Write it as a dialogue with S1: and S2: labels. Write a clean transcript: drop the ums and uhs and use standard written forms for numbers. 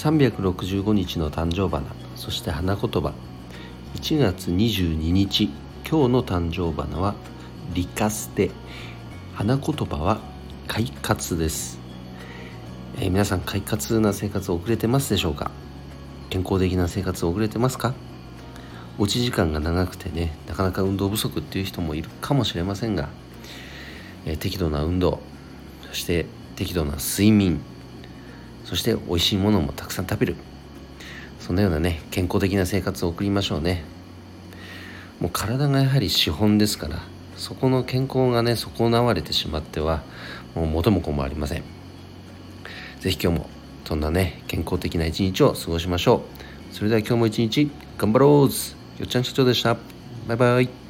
S1: 365日の誕生花、そして花言葉。1月22日、今日の誕生花はリカステ、花言葉は快活です。皆さん快活な生活を送れてますでしょうか？健康的な生活を送れてますか？おうち時間が長くてね、なかなか運動不足っていう人もいるかもしれませんが、適度な運動、そして適度な睡眠、そして美味しいものもたくさん食べる、そんなようなね、健康的な生活を送りましょうね。もう体がやはり資本ですから、そこの健康がね損なわれてしまってはもう元も子もありません。ぜひ今日もそんなね健康的な一日を過ごしましょう。それでは今日も一日頑張ろう。よっちゃん社長でした。バイバイ。